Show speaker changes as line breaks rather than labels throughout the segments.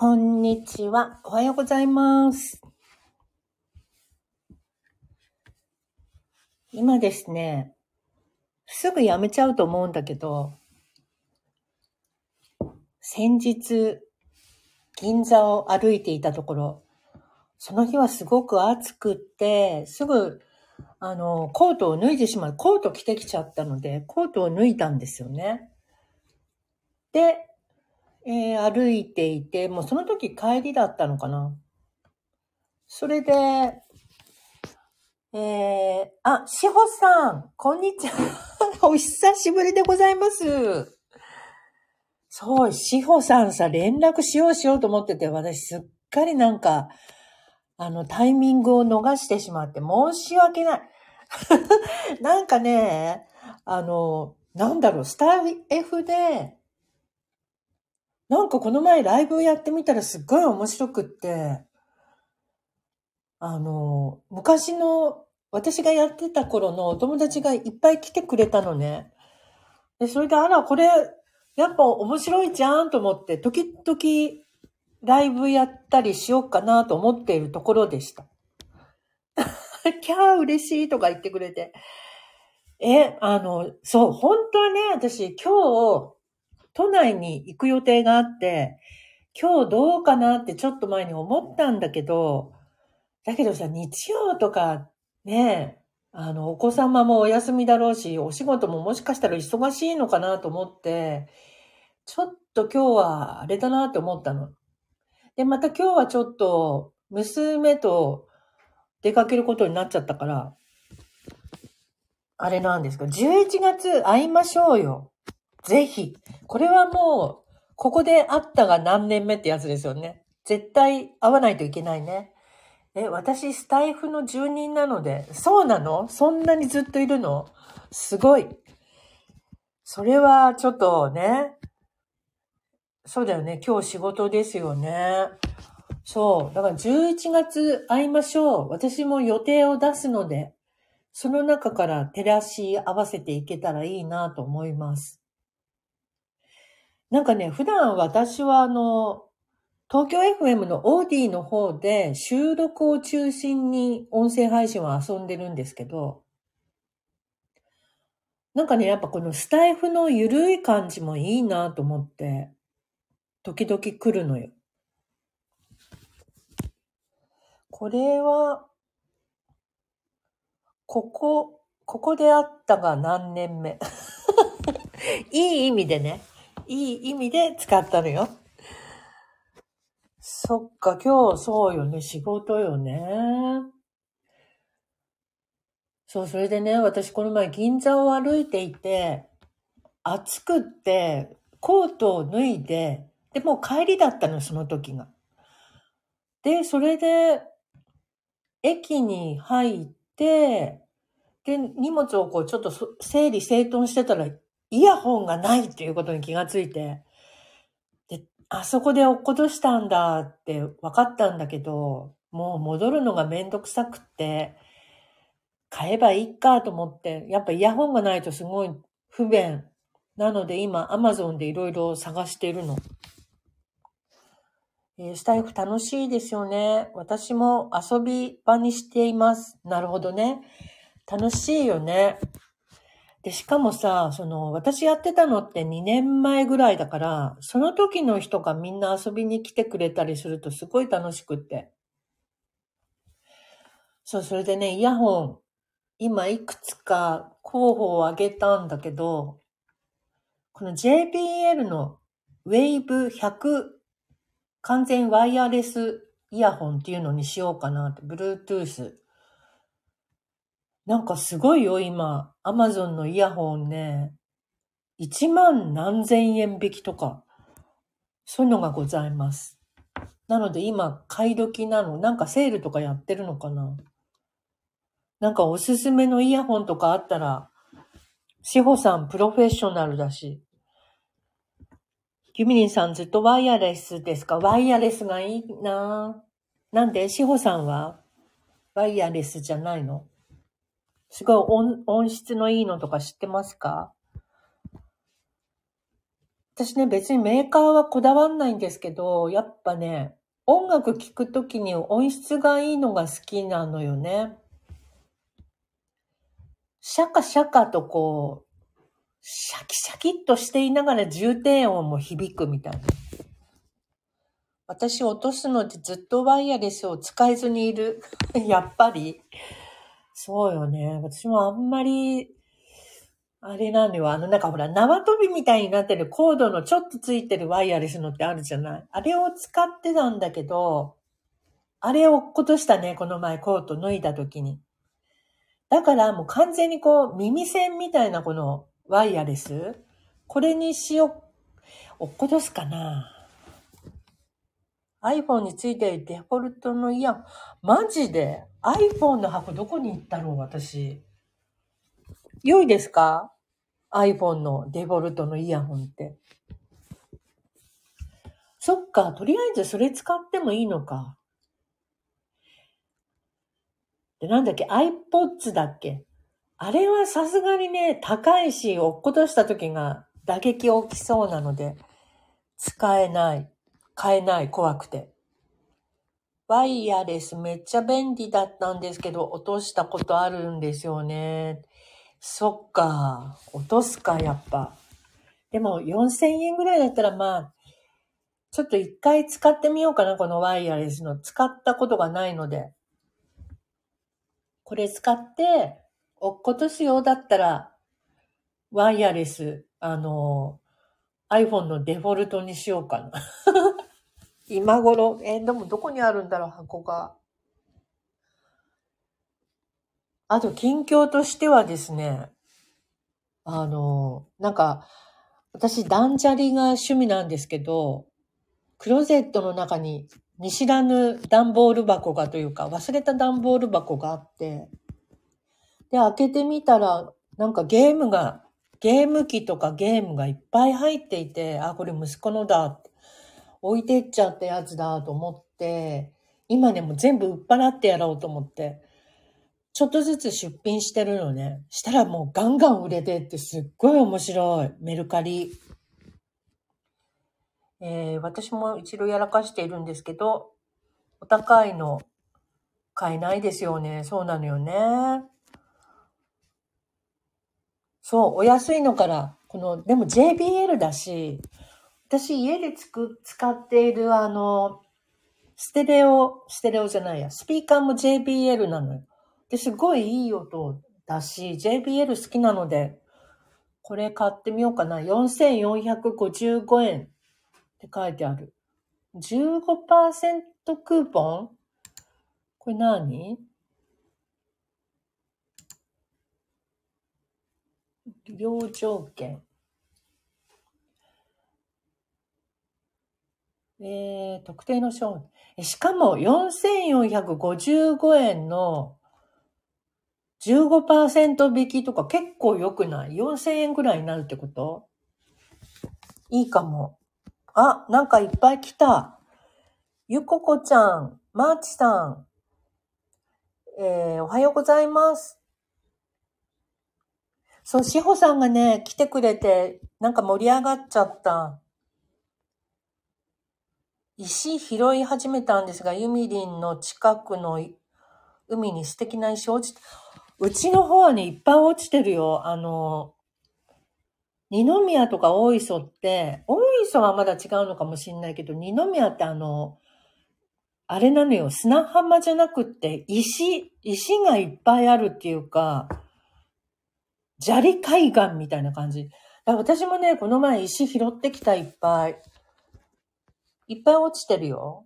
こんにちは。おはようございます。今ですね、すぐやめちゃうと思うんだけど、先日、銀座を歩いていたところ、その日はすごく暑くって、すぐ、コートを脱いでしまう。コート着てきちゃったので、コートを脱いだんですよね。で、歩いていて、もうその時帰りだったのかな。それで、しほさん、こんにちは。お久しぶりでございます。そう、しほさんさ、連絡しようと思ってて、私すっかりタイミングを逃してしまって申し訳ない。なんかね、スタイフで、なんかこの前ライブやってみたらすっごい面白くって、昔の私がやってた頃のお友達がいっぱい来てくれたのね。で、それで、これ、やっぱ面白いじゃんと思って、時々ライブやったりしようかなと思っているところでした。キャー嬉しいとか言ってくれて。そう、本当はね、私今日、都内に行く予定があって、今日どうかなってちょっと前に思ったんだけどさ、日曜とかね、お子様もお休みだろうし、お仕事ももしかしたら忙しいのかなと思って、ちょっと今日はあれだなって思ったの。で、また今日はちょっと娘と出かけることになっちゃったから、あれなんですか、11月会いましょうよ。ぜひ。これはもう、ここで会ったが何年目ってやつですよね。絶対会わないといけないね。私スタイフの住人なので、そうなの？そんなにずっといるの？すごい。それはちょっとね、そうだよね。今日仕事ですよね。そう。だから11月会いましょう。私も予定を出すので、その中から照らし合わせていけたらいいなと思います。なんかね、普段私は東京 FM のオーディの方で収録を中心に音声配信は遊んでるんですけど、なんかね、やっぱこのスタイフのゆるい感じもいいなと思って、時々来るのよ。これは、ここであったが何年目。いい意味でね。いい意味で使ったのよ。そっか、今日そうよね。仕事よね。そう、それでね、私この前銀座を歩いていて、暑くって、コートを脱いで、で、もう帰りだったの、その時が。で、それで、駅に入って、で、荷物をこうちょっと整理整頓してたら、イヤホンがないっていうことに気がついて、で、あそこで落っことしたんだって分かったんだけど、もう戻るのがめんどくさくって、買えばいいかと思って、やっぱイヤホンがないとすごい不便。なので今、Amazon でいろいろ探しているの。スタイフ楽しいですよね。私も遊び場にしています。なるほどね。楽しいよね。で、しかもさ、私やってたのって2年前ぐらいだから、その時の人がみんな遊びに来てくれたりするとすごい楽しくって。そう、それでね、イヤホン、今いくつか候補をあげたんだけど、この JBL の Wave 100完全ワイヤレスイヤホンっていうのにしようかなって、Bluetooth。なんかすごいよ、今。Amazon のイヤホンね、1万何千円引きとか、そういうのがございます。なので今、買い時なの。なんかセールとかやってるのかな？なんかおすすめのイヤホンとかあったら、しほさんプロフェッショナルだし。ユミリンさんずっとワイヤレスですか？ワイヤレスがいいなぁ。なんでしほさんはワイヤレスじゃないの？すごい音質のいいのとか知ってますか？ 私ね、別にメーカーはこだわんないんですけど、やっぱね、音楽聴くときに音質がいいのが好きなのよね。シャカシャカとこう、シャキシャキっとしていながら重低音も響くみたいな。私落とすのでずっとワイヤレスを使えずにいる。やっぱり。そうよね。私もあんまり、あれなのよ。なんかほら、縄跳びみたいになってるコードのちょっとついてるワイヤレスのってあるじゃない。あれを使ってたんだけど、あれを落っことしたね、この前コート脱いだ時に。だからもう完全にこう、耳栓みたいなこのワイヤレス、これにしよう、落っことすかな。iPhone についてるデフォルトのイヤホン。マジで iPhone の箱どこに行ったろう私。良いですか ?iPhone のデフォルトのイヤホンって。そっか、とりあえずそれ使ってもいいのか。で、なんだっけ ?iPods だっけあれはさすがにね、高いし、落っことした時が打撃大きそうなので、使えない。買えない、怖くて。ワイヤレスめっちゃ便利だったんですけど、落としたことあるんですよね。そっか。落とすか、やっぱ。でも、4000円ぐらいだったら、まあ、ちょっと一回使ってみようかな、このワイヤレスの。使ったことがないので。これ使って、落っことすようだったら、ワイヤレス、iPhone のデフォルトにしようかな。今頃、でもどこにあるんだろう、箱が。あと、近況としてはですね、なんか、私、断捨離が趣味なんですけど、クローゼットの中に見知らぬ段ボール箱がというか、忘れた段ボール箱があって、で、開けてみたら、なんかゲーム機とかゲームがいっぱい入っていて、あ、これ息子のだって、置いてっちゃったやつだと思って、今ね、もう全部売っ払ってやろうと思って、ちょっとずつ出品してるのね。したらもうガンガン売れてってすっごい面白い。メルカリ。私も一度やらかしているんですけど、お高いの買えないですよね。そうなのよね。そう、お安いのから、でも JBL だし、私家で使っているステレオじゃないや、スピーカーも JBL なのよ。で、すごいいい音だし、JBL 好きなので、これ買ってみようかな。4455円って書いてある。15% クーポンこれ何利用条件。特定の商品。しかも4455円の15% 引きとか結構良くない ?4000 円ぐらいになるってこといいかも。あ、なんかいっぱい来た。ゆここちゃん、まーちさん、おはようございます。そう、しほさんがね、来てくれて、なんか盛り上がっちゃった。石拾い始めたんですが、ユミリンの近くの海に素敵な石落ちて、うちの方はね、いっぱい落ちてるよ。二宮とか大磯って、大磯はまだ違うのかもしれないけど、二宮ってあれなのよ、砂浜じゃなくって、石がいっぱいあるっていうか、砂利海岸みたいな感じ。だから私もね、この前石拾ってきたいっぱい。いっぱい落ちてるよ。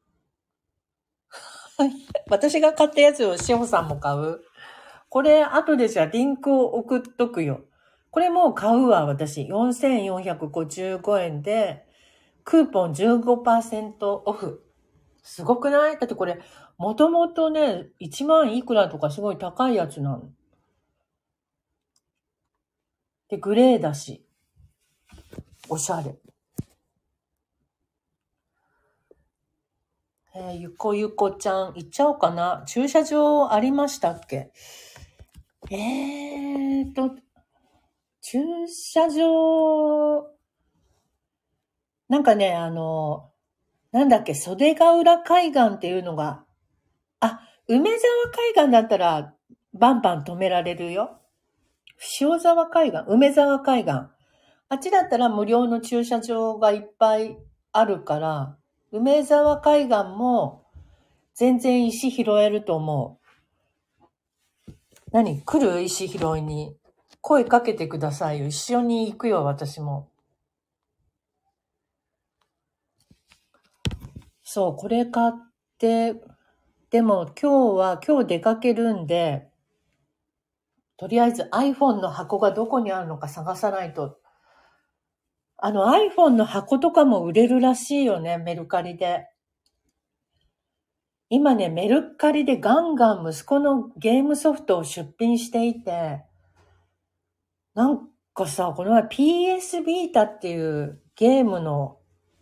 私が買ったやつをしほさんも買う。これ、後でじゃあリンクを送っとくよ。これもう買うわ、私。4455円で、クーポン 15% オフ。すごくないだってこれ、もともとね、1万いくらとかすごい高いやつなの。で、グレーだし。おしゃれ。ゆこゆこちゃん、行っちゃおうかな。駐車場ありましたっけ駐車場、 なんかね、なんだっけ、袖ヶ浦海岸っていうのが、梅沢海岸だったら、バンバン止められるよ。塩沢海岸、梅沢海岸。あっちだったら無料の駐車場がいっぱいあるから、梅沢海岸も全然石拾えると思う。何来る石拾いに。声かけてくださいよ。一緒に行くよ、私も。そう、これ買って、でも今日出かけるんで、とりあえず iPhone の箱がどこにあるのか探さないと。iPhone の箱とかも売れるらしいよね、メルカリで。今ね、メルカリでガンガン息子のゲームソフトを出品していて、なんかさ、この前 PS ビータっていうゲームの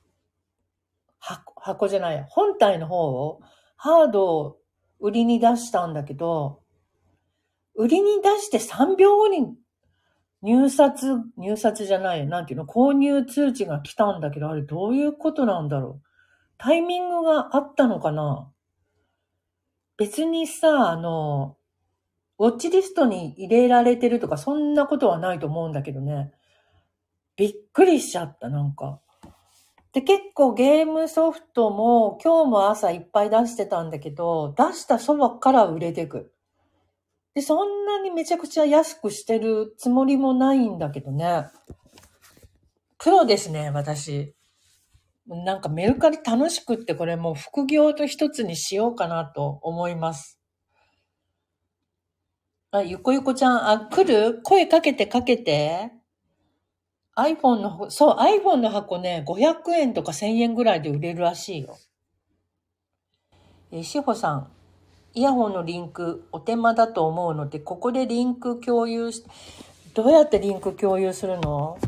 箱じゃない、本体の方を、ハードを売りに出したんだけど、売りに出して3秒後に入札じゃない、なんていうの、購入通知が来たんだけど、あれどういうことなんだろう。タイミングがあったのかな。別にさ、ウォッチリストに入れられてるとか、そんなことはないと思うんだけどね。びっくりしちゃった、なんか。で、結構ゲームソフトも今日も朝いっぱい出してたんだけど、出したそばから売れてく。で、そんなにめちゃくちゃ安くしてるつもりもないんだけどね。プロですね、私。なんかメルカリ楽しくってこれもう副業と一つにしようかなと思います。ゆこゆこちゃん、来る？声かけて。iPhone の箱ね、500円とか1000円ぐらいで売れるらしいよ。しほさん、イヤホンのリンクお手間だと思うので、ここでリンク共有し、どうやってリンク共有するの？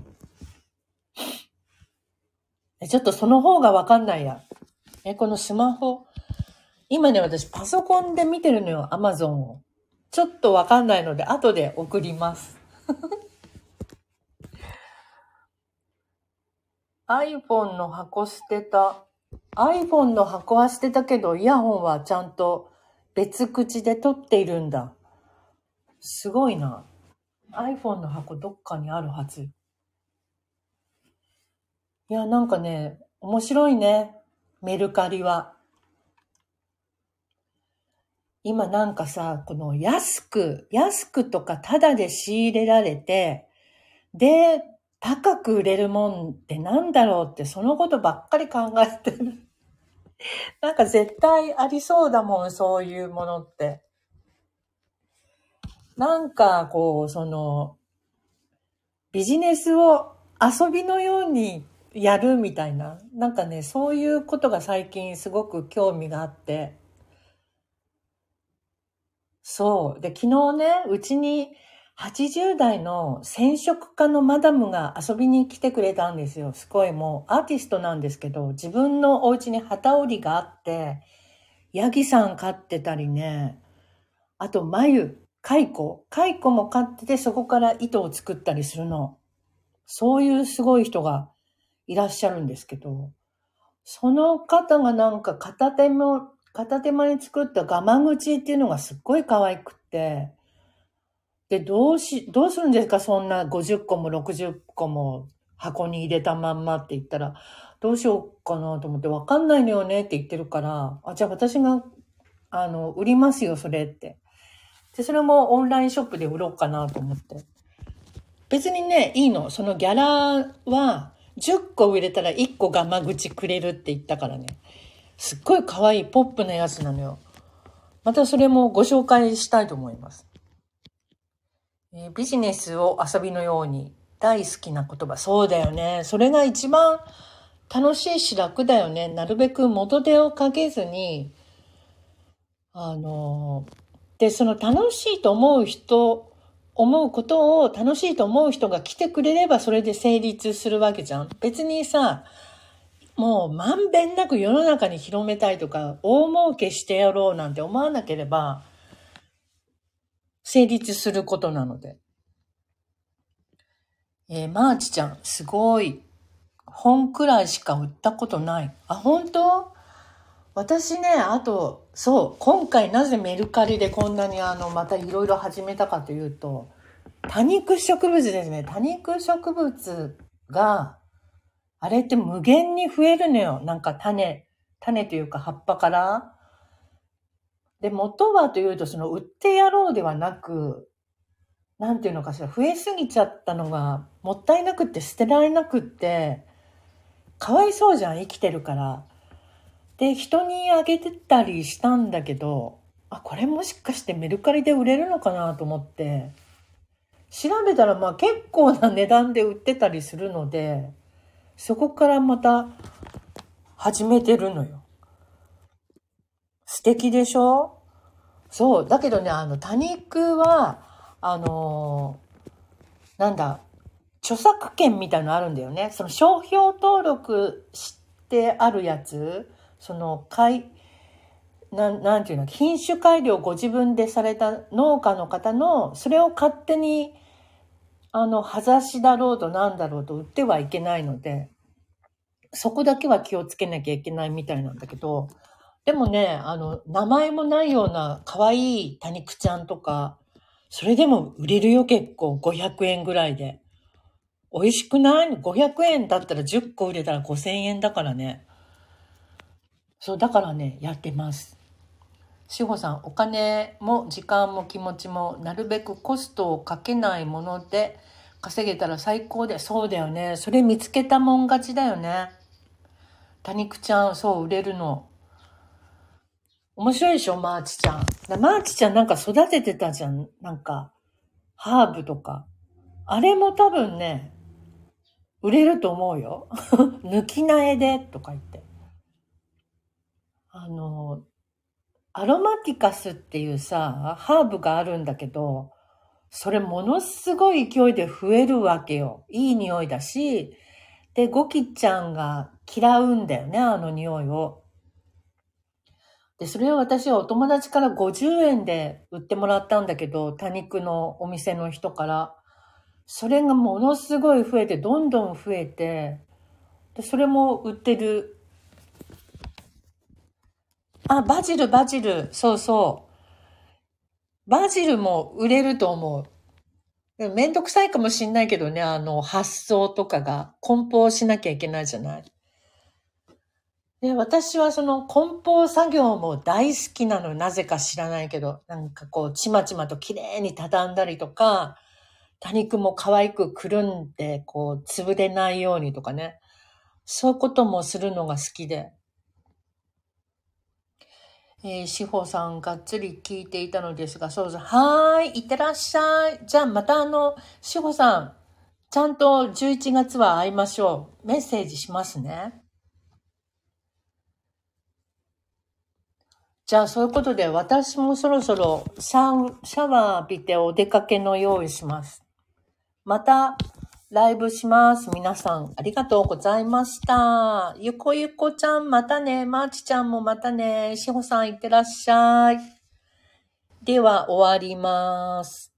ちょっとその方がわかんないや。このスマホ。今ね、私パソコンで見てるのよ、Amazon を。ちょっとわかんないので、後で送ります。iPhone の箱捨てた。iPhone の箱は捨てたけど、イヤホンはちゃんと別口で取っているんだ。すごいな。iPhone の箱どっかにあるはず。いや、なんかね、面白いね。メルカリは。今なんかさ、この安くとかタダで仕入れられて、で、高く売れるもんってなんだろうって、そのことばっかり考えてる。なんか絶対ありそうだもん、そういうものって。なんかこう、ビジネスを遊びのようにやるみたいな。なんかね、そういうことが最近すごく興味があって。そう。で、昨日ね、うちに80代の染色家のマダムが遊びに来てくれたんですよ。すごいもうアーティストなんですけど、自分のお家に機織りがあって、ヤギさん飼ってたりね、あと蚕も飼ってて、そこから糸を作ったりするの。そういうすごい人がいらっしゃるんですけど、その方がなんか片手間に作ったガマ口っていうのがすっごい可愛くって、で、どうするんですか？そんな50個も60個も箱に入れたまんまって言ったら、どうしようかなと思って、わかんないのよねって言ってるから、じゃあ私が、売りますよ、それって。で、それもオンラインショップで売ろうかなと思って。別にね、いいの。そのギャラは、10個売れたら1個ガマ口くれるって言ったからね。すっごい可愛いポップなやつなのよ。またそれもご紹介したいと思います。ビジネスを遊びのように大好きな言葉。そうだよね。それが一番楽しいし楽だよね。なるべく元手をかけずに、で、その楽しいと思うことを楽しいと思う人が来てくれればそれで成立するわけじゃん。別にさ、もうまんべんなく世の中に広めたいとか、大儲けしてやろうなんて思わなければ、成立することなので。マーチちゃん、すごい。 本くらいしか売ったことない。あ、本当？私ね、あと、そう、今回なぜメルカリでこんなにまたいろいろ始めたかというと、多肉植物ですね。多肉植物が、あれって無限に増えるのよ。なんか種というか葉っぱから。で、元はというと、その売ってやろうではなく、なんていうのかしら、増えすぎちゃったのが、もったいなくって捨てられなくって、かわいそうじゃん、生きてるから。で、人にあげてたりしたんだけど、あ、これもしかしてメルカリで売れるのかなと思って、調べたらまあ結構な値段で売ってたりするので、そこからまた始めてるのよ。素敵でしょ？そう。だけどね、多肉は、なんだ、著作権みたいなのあるんだよね。その商標登録してあるやつ、その、なんていうの、品種改良をご自分でされた農家の方の、それを勝手に、葉ざしだろうとなんだろうと売ってはいけないので、そこだけは気をつけなきゃいけないみたいなんだけど、でもね、名前もないような可愛い多肉ちゃんとか、それでも売れるよ結構500円ぐらいで。美味しくない？ 500 円だったら10個売れたら5000円だからね。そう、だからね、やってます。志保さん、お金も時間も気持ちもなるべくコストをかけないもので稼げたら最高で、そうだよね。それ見つけたもん勝ちだよね。多肉ちゃん、そう、売れるの。面白いでしょ、マーチちゃん。マーチちゃんなんか育ててたじゃん。なんか、ハーブとか。あれも多分ね、売れると思うよ。抜き苗でとか言って。あの、アロマティカスっていうさ、ハーブがあるんだけど、それものすごい勢いで増えるわけよ。いい匂いだし、で、ゴキちゃんが嫌うんだよね、あの匂いを。で、それを私はお友達から50円で売ってもらったんだけど、多肉のお店の人から。それがものすごい増えて、どんどん増えて、で、それも売ってる。あ、バジル、バジル。そうそう。バジルも売れると思う。めんどくさいかもしんないけどね、発送とかが梱包しなきゃいけないじゃない。で、私はその梱包作業も大好きなの。なぜか知らないけど、なんかこう、ちまちまと綺麗に畳んだりとか、多肉も可愛くくるんで、こう、潰れないようにとかね。そういうこともするのが好きで。志保さんがっつり聞いていたのですが、そうそう。はーい、いってらっしゃい。じゃあまた志保さん、ちゃんと11月は会いましょう。メッセージしますね。じゃあそういうことで、私もそろそろシャワー浴びてお出かけの用意します。またライブします。皆さんありがとうございました。ゆこゆこちゃんまたね。まーちちゃんもまたね。しほさんいってらっしゃい。では終わります。